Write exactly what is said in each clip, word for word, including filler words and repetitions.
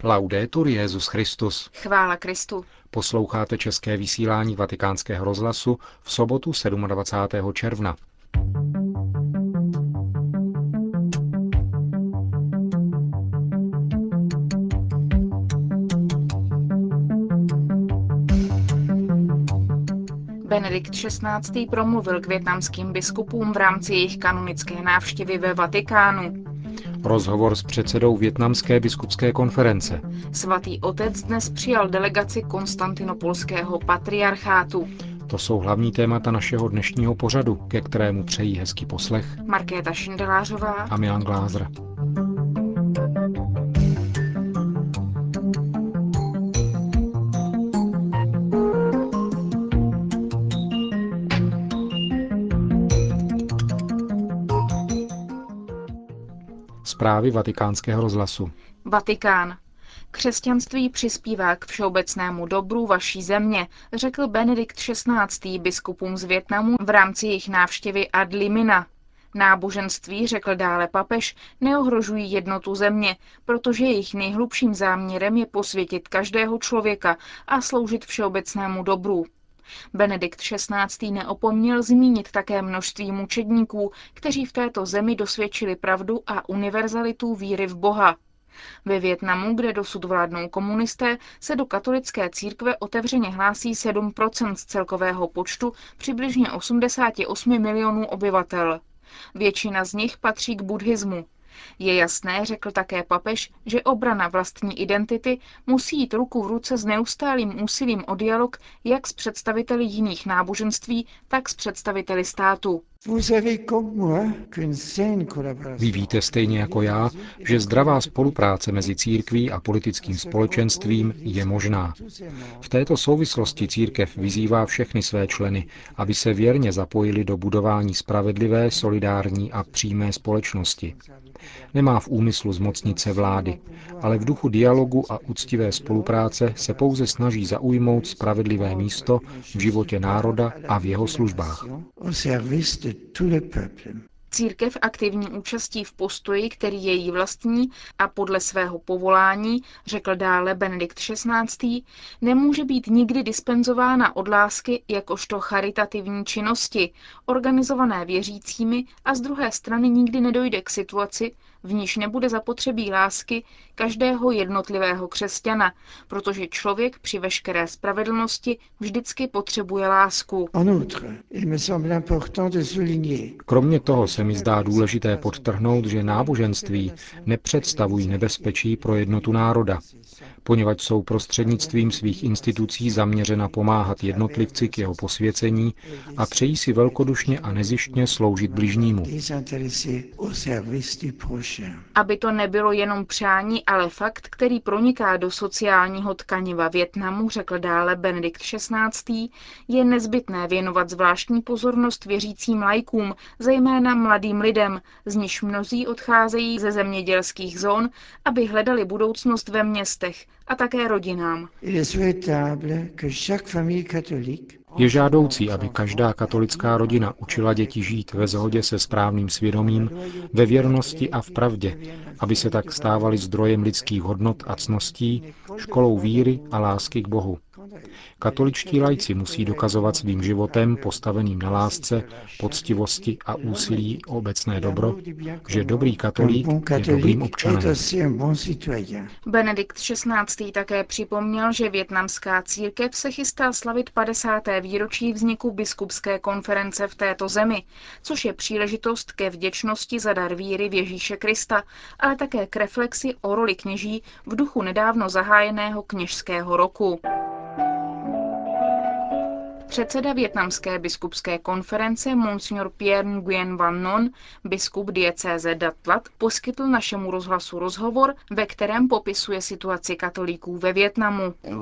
Laudetur Jesus Christus. Chvála Kristu. Posloucháte české vysílání Vatikánského rozhlasu v sobotu dvacátého sedmého června. Benedikt šestnáctý. promluvil k vietnamským biskupům v rámci jejich kanonické návštěvy ve Vatikánu. Rozhovor s předsedou Vietnamské biskupské konference. Svatý otec dnes přijal delegaci konstantinopolského patriarchátu. To jsou hlavní témata našeho dnešního pořadu, ke kterému přejí hezký poslech Markéta Šindelářová a Milan Glázer. Zprávy Vatikánského rozhlasu. Vatikán. Křesťanství přispívá k všeobecnému dobru vaší země, řekl Benedikt šestnáctý. biskupům z Vietnamu v rámci jejich návštěvy ad limina. Náboženství, řekl dále papež, neohrožují jednotu země, protože jejich nejhlubším záměrem je posvětit každého člověka a sloužit všeobecnému dobru. Benedikt šestnáctý. neopomněl zmínit také množství mučedníků, kteří v této zemi dosvědčili pravdu a univerzalitu víry v Boha. Ve Vietnamu, kde dosud vládnou komunisté, se do katolické církve otevřeně hlásí sedm procent z celkového počtu přibližně osmdesát osm milionů obyvatel. Většina z nich patří k buddhismu. Je jasné, řekl také papež, že obrana vlastní identity musí jít ruku v ruce s neustálým úsilím o dialog jak s představiteli jiných náboženství, tak s představiteli státu. Vy víte stejně jako já, že zdravá spolupráce mezi církví a politickým společenstvím je možná. V této souvislosti církev vyzývá všechny své členy, aby se věrně zapojili do budování spravedlivé, solidární a přímé společnosti. Nemá v úmyslu zmocnit se vlády, ale v duchu dialogu a úctivé spolupráce se pouze snaží zaujmout spravedlivé místo v životě národa a v jeho službách. Církev aktivní účastí v postoji, který je jí vlastní a podle svého povolání, řekl dále Benedikt šestnáctý. nemůže být nikdy dispenzována od lásky jakožto charitativní činnosti, organizované věřícími, a z druhé strany nikdy nedojde k situaci, v níž nebude zapotřebí lásky každého jednotlivého křesťana, protože člověk při veškeré spravedlnosti vždycky potřebuje lásku. Kromě toho se mi zdá důležité podtrhnout, že náboženství nepředstavují nebezpečí pro jednotu národa, poněvadž jsou prostřednictvím svých institucí zaměřena pomáhat jednotlivci k jeho posvěcení a přejí si velkodušně a nezištně sloužit bližnímu. Aby to nebylo jenom přání, ale fakt, který proniká do sociálního tkaniva Vietnamu, řekl dále Benedikt šestnáctý. je nezbytné věnovat zvláštní pozornost věřícím laikům, zejména mladým lidem, z nichž mnozí odcházejí ze zemědělských zón, aby hledali budoucnost ve městech, a také rodinám. Je žádoucí, aby každá katolická rodina učila děti žít ve shodě se správným svědomím, ve věrnosti a v pravdě, aby se tak stávali zdrojem lidských hodnot a ctností, školou víry a lásky k Bohu. Katoličtí laici musí dokazovat svým životem, postaveným na lásce, poctivosti a úsilí o obecné dobro, že dobrý katolík je dobrým občanem. Benedikt šestnáctý. také připomněl, že vietnamská církev se chystá slavit padesáté výročí vzniku biskupské konference v této zemi, což je příležitost ke vděčnosti za dar víry v Ježíše Krista, ale také k reflexi o roli kněží v duchu nedávno zahájeného kněžského roku. Předseda vietnamské biskupské konference Monsignor Pierre Nguyen Van Non, biskup diecéze Dat Lat, poskytl našemu rozhlasu rozhovor, ve kterém popisuje situaci katolíků ve Vietnamu.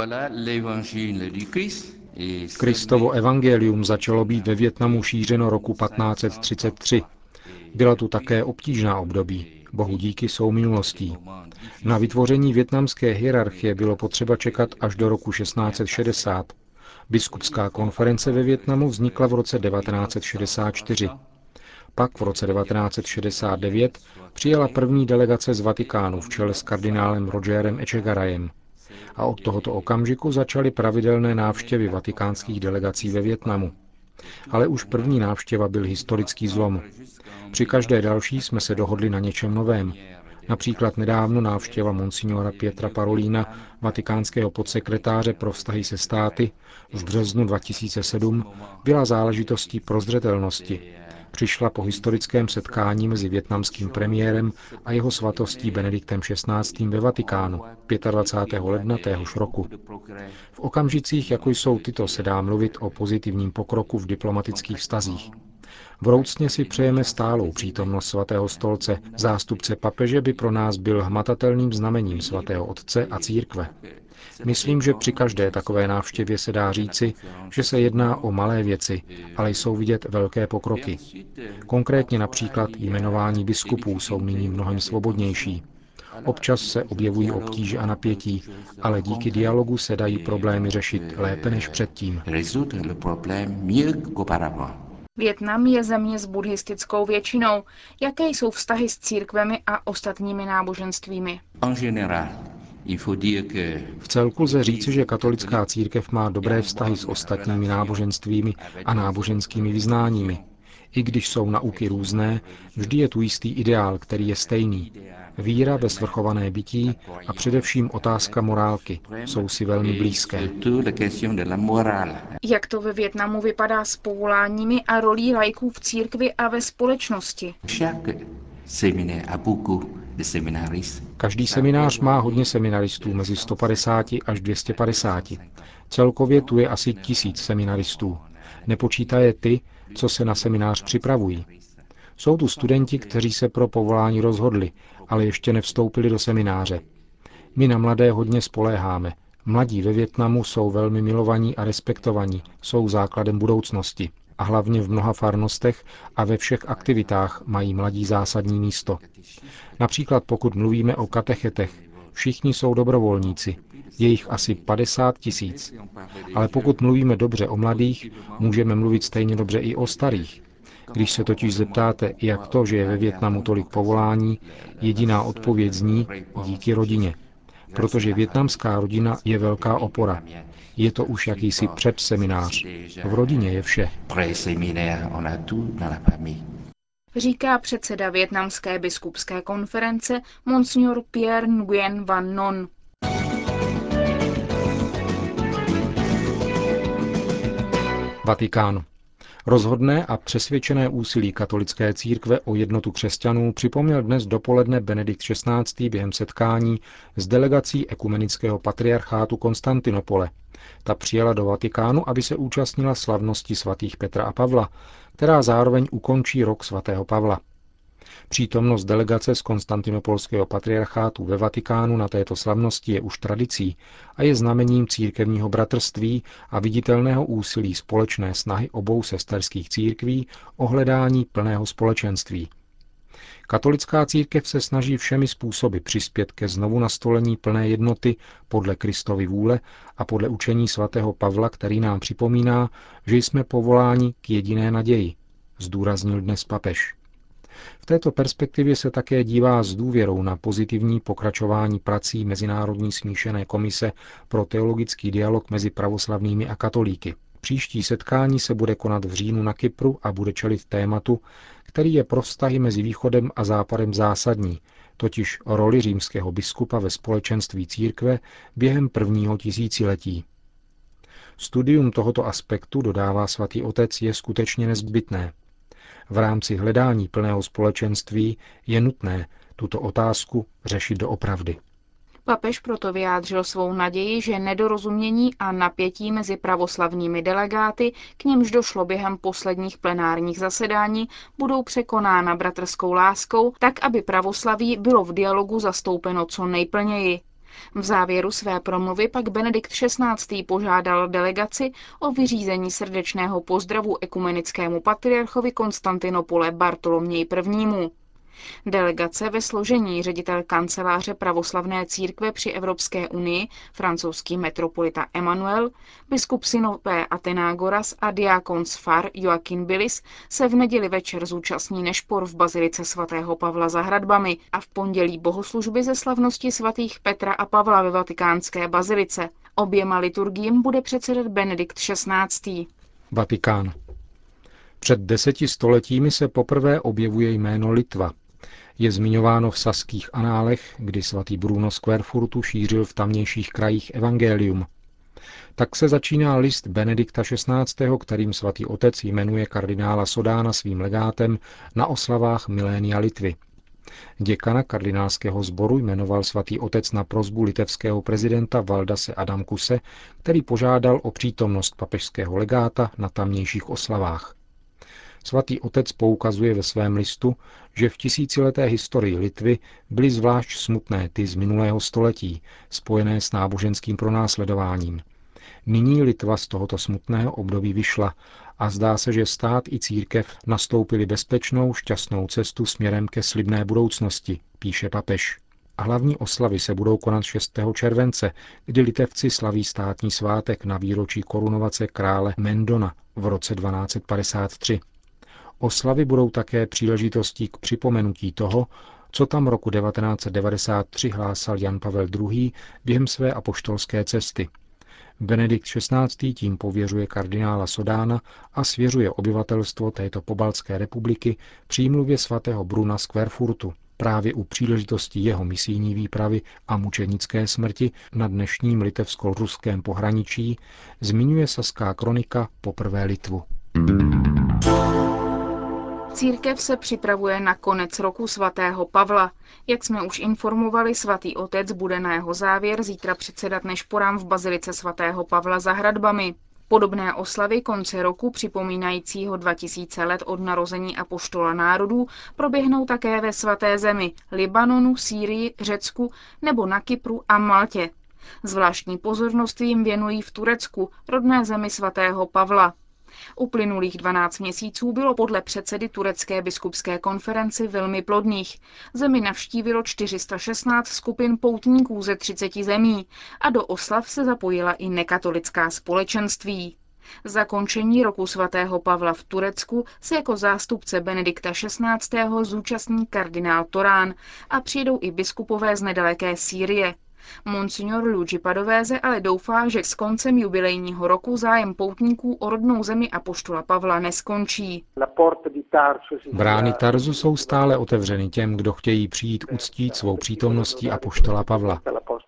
Kristovo evangelium začalo být ve Vietnamu šířeno roku patnáct set třicet tři. Byla tu také obtížná období. Bohu díky jsou minulostí. Na vytvoření vietnamské hierarchie bylo potřeba čekat až do roku šestnáct set šedesát. Biskupská konference ve Vietnamu vznikla v roce devatenáct set šedesát čtyři. Pak v roce devatenáct set šedesát devět přijela první delegace z Vatikánu v čele s kardinálem Rogerem Echegarajem. A od tohoto okamžiku začaly pravidelné návštěvy vatikánských delegací ve Vietnamu. Ale už první návštěva byl historický zlom. Při každé další jsme se dohodli na něčem novém. Například nedávno návštěva monsignora Pietra Parolina, vatikánského podsekretáře pro vztahy se státy, v březnu dva tisíce sedm byla záležitostí prozřetelnosti. Přišla po historickém setkání mezi vietnamským premiérem a jeho svatostí Benediktem šestnáctým ve Vatikánu dvacátého pátého ledna téhož roku. V okamžicích, jako jsou tyto, se dá mluvit o pozitivním pokroku v diplomatických vztazích. Vroucně si přejeme stálou přítomnost svatého stolce. Zástupce papeže by pro nás byl hmatatelným znamením svatého otce a církve. Myslím, že při každé takové návštěvě se dá říci, že se jedná o malé věci, ale jsou vidět velké pokroky. Konkrétně například jmenování biskupů jsou nyní mnohem svobodnější. Občas se objevují obtíže a napětí, ale díky dialogu se dají problémy řešit lépe než předtím. Vietnam je země s buddhistickou většinou. Jaké jsou vztahy s církvemi a ostatními náboženstvími? V celku lze říci, že katolická církev má dobré vztahy s ostatními náboženstvími a náboženskými vyznáními. I když jsou nauky různé, vždy je tu jistý ideál, který je stejný. Víra ve svrchované bytí a především otázka morálky jsou si velmi blízké. Jak to ve Vietnamu vypadá s povoláními a rolí laiků v církvi a ve společnosti? Každý seminář má hodně seminaristů, mezi sto padesáti až dvě stě padesáti. Celkově tu je asi tisíc seminaristů. Nepočítaje ty, co se na seminář připravují. Jsou tu studenti, kteří se pro povolání rozhodli, ale ještě nevstoupili do semináře. My na mladé hodně spoléháme. Mladí ve Vietnamu jsou velmi milovaní a respektovaní, jsou základem budoucnosti. A hlavně v mnoha farnostech a ve všech aktivitách mají mladí zásadní místo. Například pokud mluvíme o katechetech, všichni jsou dobrovolníci, je jich asi padesát tisíc. Ale pokud mluvíme dobře o mladých, můžeme mluvit stejně dobře i o starých. Když se totiž zeptáte, jak to, že je ve Vietnamu tolik povolání, jediná odpověď zní díky rodině. Protože vietnamská rodina je velká opora. Je to už jakýsi předseminář. V rodině je vše. Říká předseda Vietnamské biskupské konference Monsignor Pierre Nguyen Van Non. Vatikán. Rozhodné a přesvědčené úsilí katolické církve o jednotu křesťanů připomněl dnes dopoledne Benedikt šestnáctý během setkání s delegací ekumenického patriarchátu Konstantinopole. Ta přijela do Vatikánu, aby se účastnila slavnosti svatých Petra a Pavla, která zároveň ukončí rok svatého Pavla. Přítomnost delegace z konstantinopolského patriarchátu ve Vatikánu na této slavnosti je už tradicí a je znamením církevního bratrství a viditelného úsilí společné snahy obou sesterských církví o hledání plného společenství. Katolická církev se snaží všemi způsoby přispět ke znovu nastolení plné jednoty podle Kristovy vůle a podle učení svatého Pavla, který nám připomíná, že jsme povoláni k jediné naději, zdůraznil dnes papež. V této perspektivě se také dívá s důvěrou na pozitivní pokračování prací Mezinárodní smíšené komise pro teologický dialog mezi pravoslavnými a katolíky. Příští setkání se bude konat v říjnu na Kypru a bude čelit tématu, který je pro vztahy mezi východem a západem zásadní, totiž roli římského biskupa ve společenství církve během prvního tisíciletí. Studium tohoto aspektu, dodává svatý otec, je skutečně nezbytné. V rámci hledání plného společenství je nutné tuto otázku řešit doopravdy. Papež proto vyjádřil svou naději, že nedorozumění a napětí mezi pravoslavnými delegáty, k nimž došlo během posledních plenárních zasedání, budou překonána bratrskou láskou, tak aby pravoslaví bylo v dialogu zastoupeno co nejplněji. V závěru své promluvy pak Benedikt šestnáctý požádal delegaci o vyřízení srdečného pozdravu ekumenickému patriarchovi Konstantinopole Bartoloměji prvnímu. Delegace ve složení ředitel kanceláře pravoslavné církve při Evropské unii, francouzský metropolita Emmanuel, biskup synové Athenagoras a diákon z Far Joaquin Billis se v neděli večer zúčastní nešpor v bazilice svatého Pavla za hradbami a v pondělí bohoslužby ze slavnosti svatých Petra a Pavla ve vatikánské bazilice. Oběma liturgiím bude předsedat Benedikt šestnáctý. Vatikán. Před deseti stoletími se poprvé objevuje jméno Litva. Je zmiňováno v saských análech, kdy svatý Bruno z Querfurtu šířil v tamnějších krajích evangelium. Tak se začíná list Benedikta šestnáctého, kterým svatý otec jmenuje kardinála Sodána svým legátem na oslavách milénia Litvy. Děkana kardinálského sboru jmenoval svatý otec na prosbu litevského prezidenta Valdase Adamkuse, který požádal o přítomnost papežského legáta na tamnějších oslavách. Svatý otec poukazuje ve svém listu, že v tisícileté historii Litvy byly zvlášť smutné ty z minulého století, spojené s náboženským pronásledováním. Nyní Litva z tohoto smutného období vyšla a zdá se, že stát i církev nastoupili bezpečnou, šťastnou cestu směrem ke slibné budoucnosti, píše papež. A hlavní oslavy se budou konat šestého července, kdy Litevci slaví státní svátek na výročí korunovace krále Mendona v roce dvanáct set padesát tři. Oslavy budou také příležitostí k připomenutí toho, co tam roku devatenáct set devadesát tři hlásal Jan Pavel druhý. během své apoštolské cesty. Benedikt šestnáctý. tím pověřuje kardinála Sodána a svěřuje obyvatelstvo této pobaltské republiky přímluvě svatého Bruna z Querfurtu právě u příležitosti jeho misijní výpravy a mučenické smrti na dnešním litevsko-ruském pohraničí, zmiňuje saská kronika poprvé Litvu. Církev se připravuje na konec roku svatého Pavla. Jak jsme už informovali, svatý otec bude na jeho závěr zítra předsedat nešporám v bazilice svatého Pavla za hradbami. Podobné oslavy konce roku připomínajícího dva tisíce let od narození apoštola národů proběhnou také ve svaté zemi, Libanonu, Sýrii, Řecku nebo na Kypru a Maltě. Zvláštní pozornost jim věnují v Turecku, rodné zemi svatého Pavla. Uplynulých dvanáct měsíců bylo podle předsedy Turecké biskupské konferenci velmi plodných. Zemi navštívilo čtyři sta šestnáct skupin poutníků ze třiceti zemí a do oslav se zapojila i nekatolická společenství. Zakončení roku svatého Pavla v Turecku se jako zástupce Benedikta šestnáctého. zúčastní kardinál Torán a přijedou i biskupové z nedaleké Sýrie. Monsignor Luigi Padovese ale doufá, že s koncem jubilejního roku zájem poutníků o rodnou zemi apoštola Pavla neskončí. Brány Tarzu jsou stále otevřeny těm, kdo chtějí přijít uctít svou přítomností apoštola Pavla.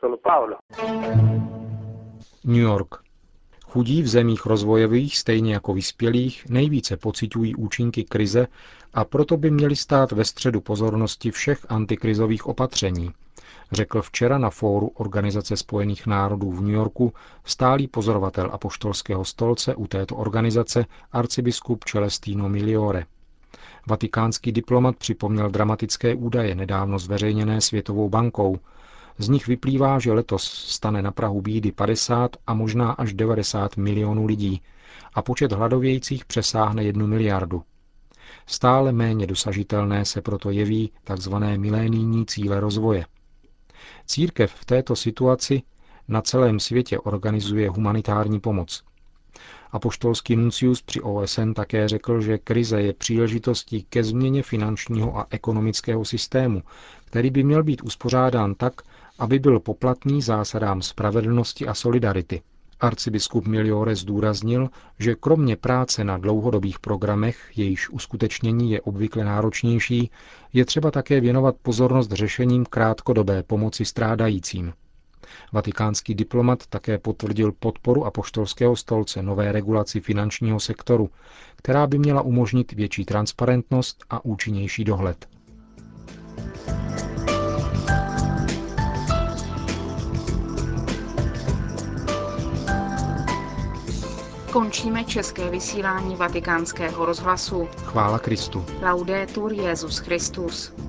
New York. Chudí v zemích rozvojových, stejně jako vyspělých, nejvíce pociťují účinky krize a proto by měly stát ve středu pozornosti všech antikrizových opatření, řekl včera na fóru Organizace spojených národů v New Yorku stálý pozorovatel apoštolského stolce u této organizace arcibiskup Celestino Migliore. Vatikánský diplomat připomněl dramatické údaje nedávno zveřejněné Světovou bankou. Z nich vyplývá, že letos stane na prahu bídy padesát a možná až devadesát milionů lidí a počet hladovějících přesáhne jednu miliardu. Stále méně dosažitelné se proto jeví tzv. Milénijní cíle rozvoje. Církev v této situaci na celém světě organizuje humanitární pomoc. Apoštolský nuncius při O S N také řekl, že krize je příležitostí ke změně finančního a ekonomického systému, který by měl být uspořádán tak, aby byl poplatný zásadám spravedlnosti a solidarity. Arcibiskup Migliore zdůraznil, že kromě práce na dlouhodobých programech, jejichž uskutečnění je obvykle náročnější, je třeba také věnovat pozornost řešením krátkodobé pomoci strádajícím. Vatikánský diplomat také potvrdil podporu apoštolského stolce nové regulaci finančního sektoru, která by měla umožnit větší transparentnost a účinnější dohled. Končíme české vysílání Vatikánského rozhlasu. Chvála Kristu. Laudetur Jesus Christus.